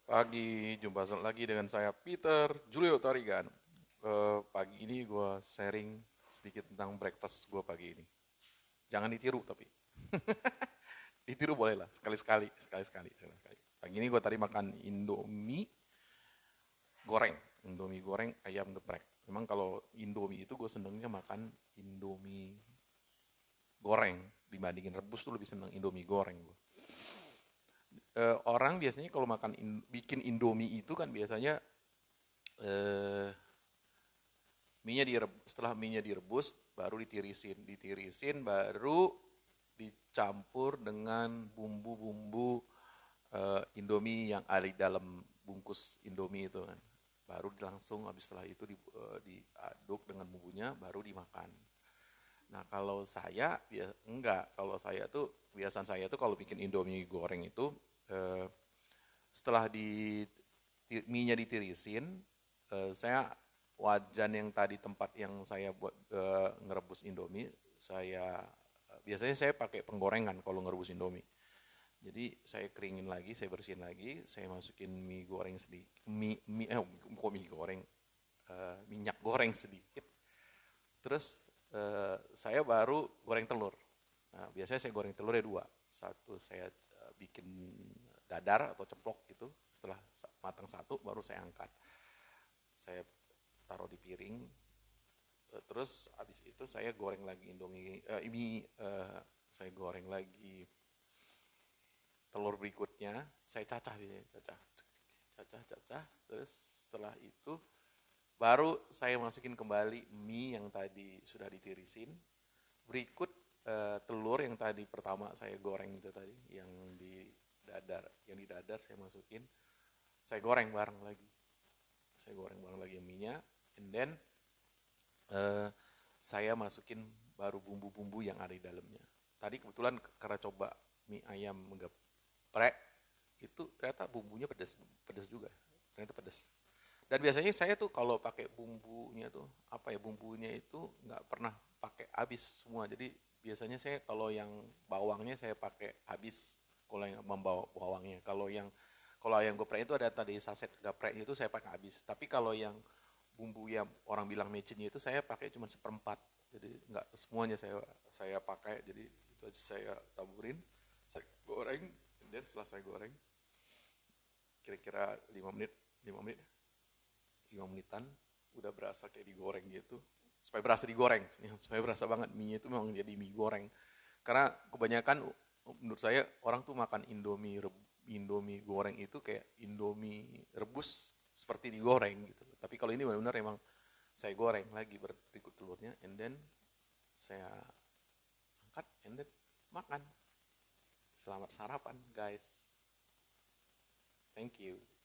Pagi, jumpa lagi dengan saya Peter Julio Tarigan. Pagi ini gue sharing sedikit tentang breakfast gue pagi ini. Jangan ditiru tapi. Ditiru boleh lah, sekali-sekali. Pagi ini gue tadi makan goreng, Indomie goreng ayam geprek. Memang kalau Indomie itu gue senengnya makan Indomie goreng. Dibandingin rebus tuh lebih seneng Indomie goreng gue. Orang biasanya kalau bikin Indomie itu kan biasanya eh, setelah mie-nya direbus baru ditirisin baru dicampur dengan bumbu-bumbu Indomie yang ada di dalam bungkus Indomie itu kan. Baru langsung habis setelah itu diaduk dengan bumbunya baru dimakan. Nah, kalau saya enggak, kalau saya tuh kebiasaan saya tuh kalau bikin Indomie goreng itu eh, setelah mie-nya ditirisin, saya wajan yang tadi tempat yang saya buat ngerebus Indomie, biasanya saya pakai penggorengan kalau ngerebus Indomie. Jadi saya keringin lagi, saya bersihin lagi, saya masukin mie goreng sedikit, kok mie goreng, minyak goreng sedikit. Terus saya baru goreng telur. Nah, biasanya saya goreng telurnya dua. Satu saya bikin dadar atau ceplok gitu. Setelah matang satu, baru saya angkat. Saya taruh di piring. Terus habis itu saya goreng lagi saya goreng lagi telur berikutnya. Saya cacah biasanya, cacah. Terus setelah itu baru saya masukin kembali mie yang tadi sudah ditirisin. Berikut telur yang tadi pertama saya goreng itu tadi, yang di dadar saya masukin. Saya goreng bareng lagi. Saya goreng bareng lagi mie-nya, and then eh, saya masukin baru bumbu-bumbu yang ada di dalamnya. Tadi kebetulan karena coba mie ayam geprek, itu ternyata bumbunya pedas, pedas juga. Ternyata pedas. Dan biasanya saya tuh kalau pakai bumbunya itu nggak pernah pakai habis semua. Jadi biasanya saya kalau yang bawangnya saya pakai habis, kalau yang membawa bawangnya. Kalau ayam geprek itu ada tadi saset gepreknya itu saya pakai habis. Tapi kalau yang bumbu yang orang bilang mecinnya itu saya pakai cuma seperempat. Jadi nggak semuanya saya pakai. Jadi itu aja saya taburin, saya goreng. Dan setelah saya goreng, kira-kira 5 menit 5 menitan udah berasa kayak digoreng gitu, supaya berasa digoreng ya, supaya berasa banget mie itu memang jadi mie goreng. Karena kebanyakan menurut saya orang tuh makan Indomie goreng itu kayak Indomie rebus seperti digoreng gitu. Tapi kalau ini benar-benar emang saya goreng lagi berikut telurnya, and then saya angkat, and then makan. Selamat sarapan guys, thank you.